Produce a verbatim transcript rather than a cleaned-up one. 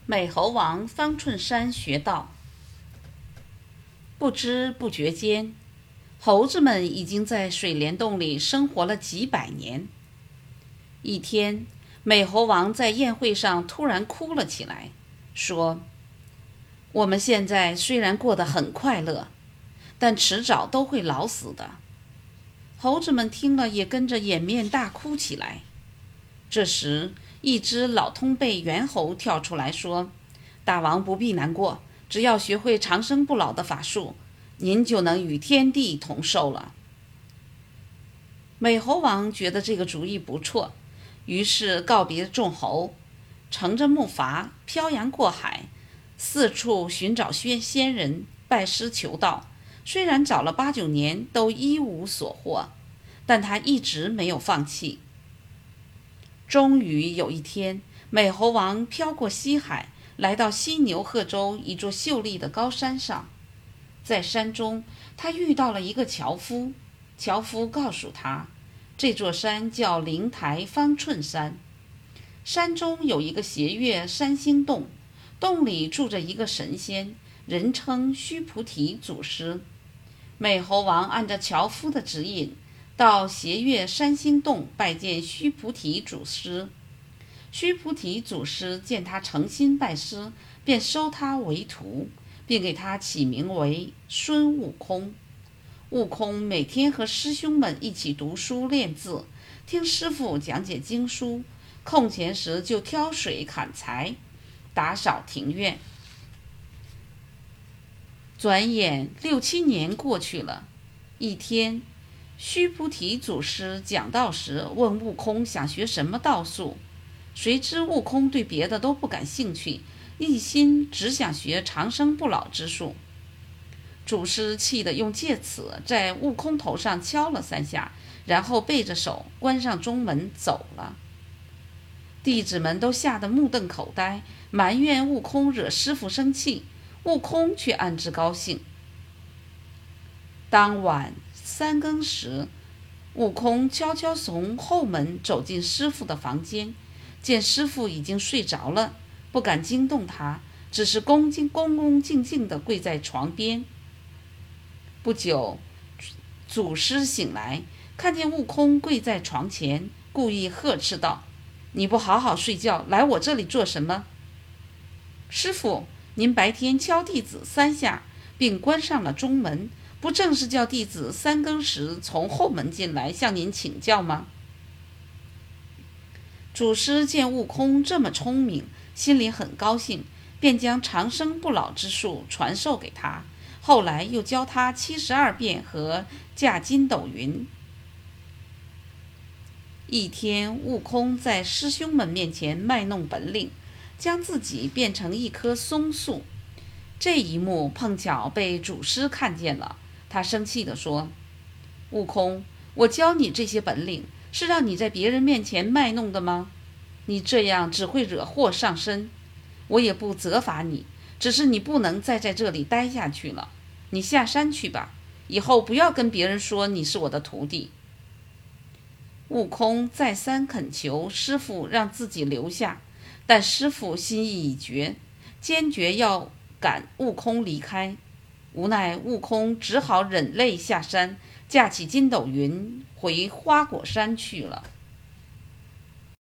美猴王方寸山学道。不知不觉间，猴子们已经在水帘洞里生活了几百年。一天，美猴王在宴会上突然哭了起来，说：我们现在虽然过得很快乐，但迟早都会老死的。猴子们听了也跟着掩面大哭起来。这时，一只老通背猿猴跳出来说：大王不必难过，只要学会长生不老的法术，您就能与天地同寿了。美猴王觉得这个主意不错，于是告别众猴，乘着木筏漂洋过海，四处寻找仙仙人拜师求道。虽然找了八九年都一无所获，但他一直没有放弃。终于有一天，美猴王飘过西海，来到犀牛贺州一座秀丽的高山上。在山中，他遇到了一个樵夫。樵夫告诉他，这座山叫灵台方寸山，山中有一个斜月三星洞，洞里住着一个神仙，人称须菩提祖师。美猴王按照樵夫的指引，到斜月三星洞拜见须菩提祖师。须菩提祖师见他诚心拜师，便收他为徒，并给他起名为孙悟空。悟空每天和师兄们一起读书练字，听师傅讲解经书，空闲时就挑水砍柴，打扫庭院。转眼六七年过去了，一天，须菩提祖师讲道时问悟空想学什么道术，谁知悟空对别的都不感兴趣，一心只想学长生不老之术。祖师气得用戒尺在悟空头上敲了三下，然后背着手关上中门走了。弟子们都吓得目瞪口呆，埋怨悟空惹师傅生气，悟空却暗自高兴。当晚三更时，悟空悄悄从后门走进师傅的房间，见师傅已经睡着了，不敢惊动他，只是恭敬恭恭敬敬地跪在床边。不久，祖师醒来，看见悟空跪在床前，故意呵斥道：你不好好睡觉，来我这里做什么？师傅，您白天敲弟子三下，并关上了中门，不正是叫弟子三更时从后门进来向您请教吗？祖师见悟空这么聪明，心里很高兴，便将长生不老之术传授给他，后来又教他七十二变和驾筋斗云。一天，悟空在师兄们面前卖弄本领，将自己变成一棵松树。这一幕碰巧被祖师看见了，他生气地说：悟空，我教你这些本领，是让你在别人面前卖弄的吗？你这样只会惹祸上身。我也不责罚你，只是你不能再在这里待下去了，你下山去吧，以后不要跟别人说你是我的徒弟。悟空再三恳求师父让自己留下，但师父心意已决，坚决要赶悟空离开。无奈悟空只好忍泪下山，驾起筋斗云回花果山去了。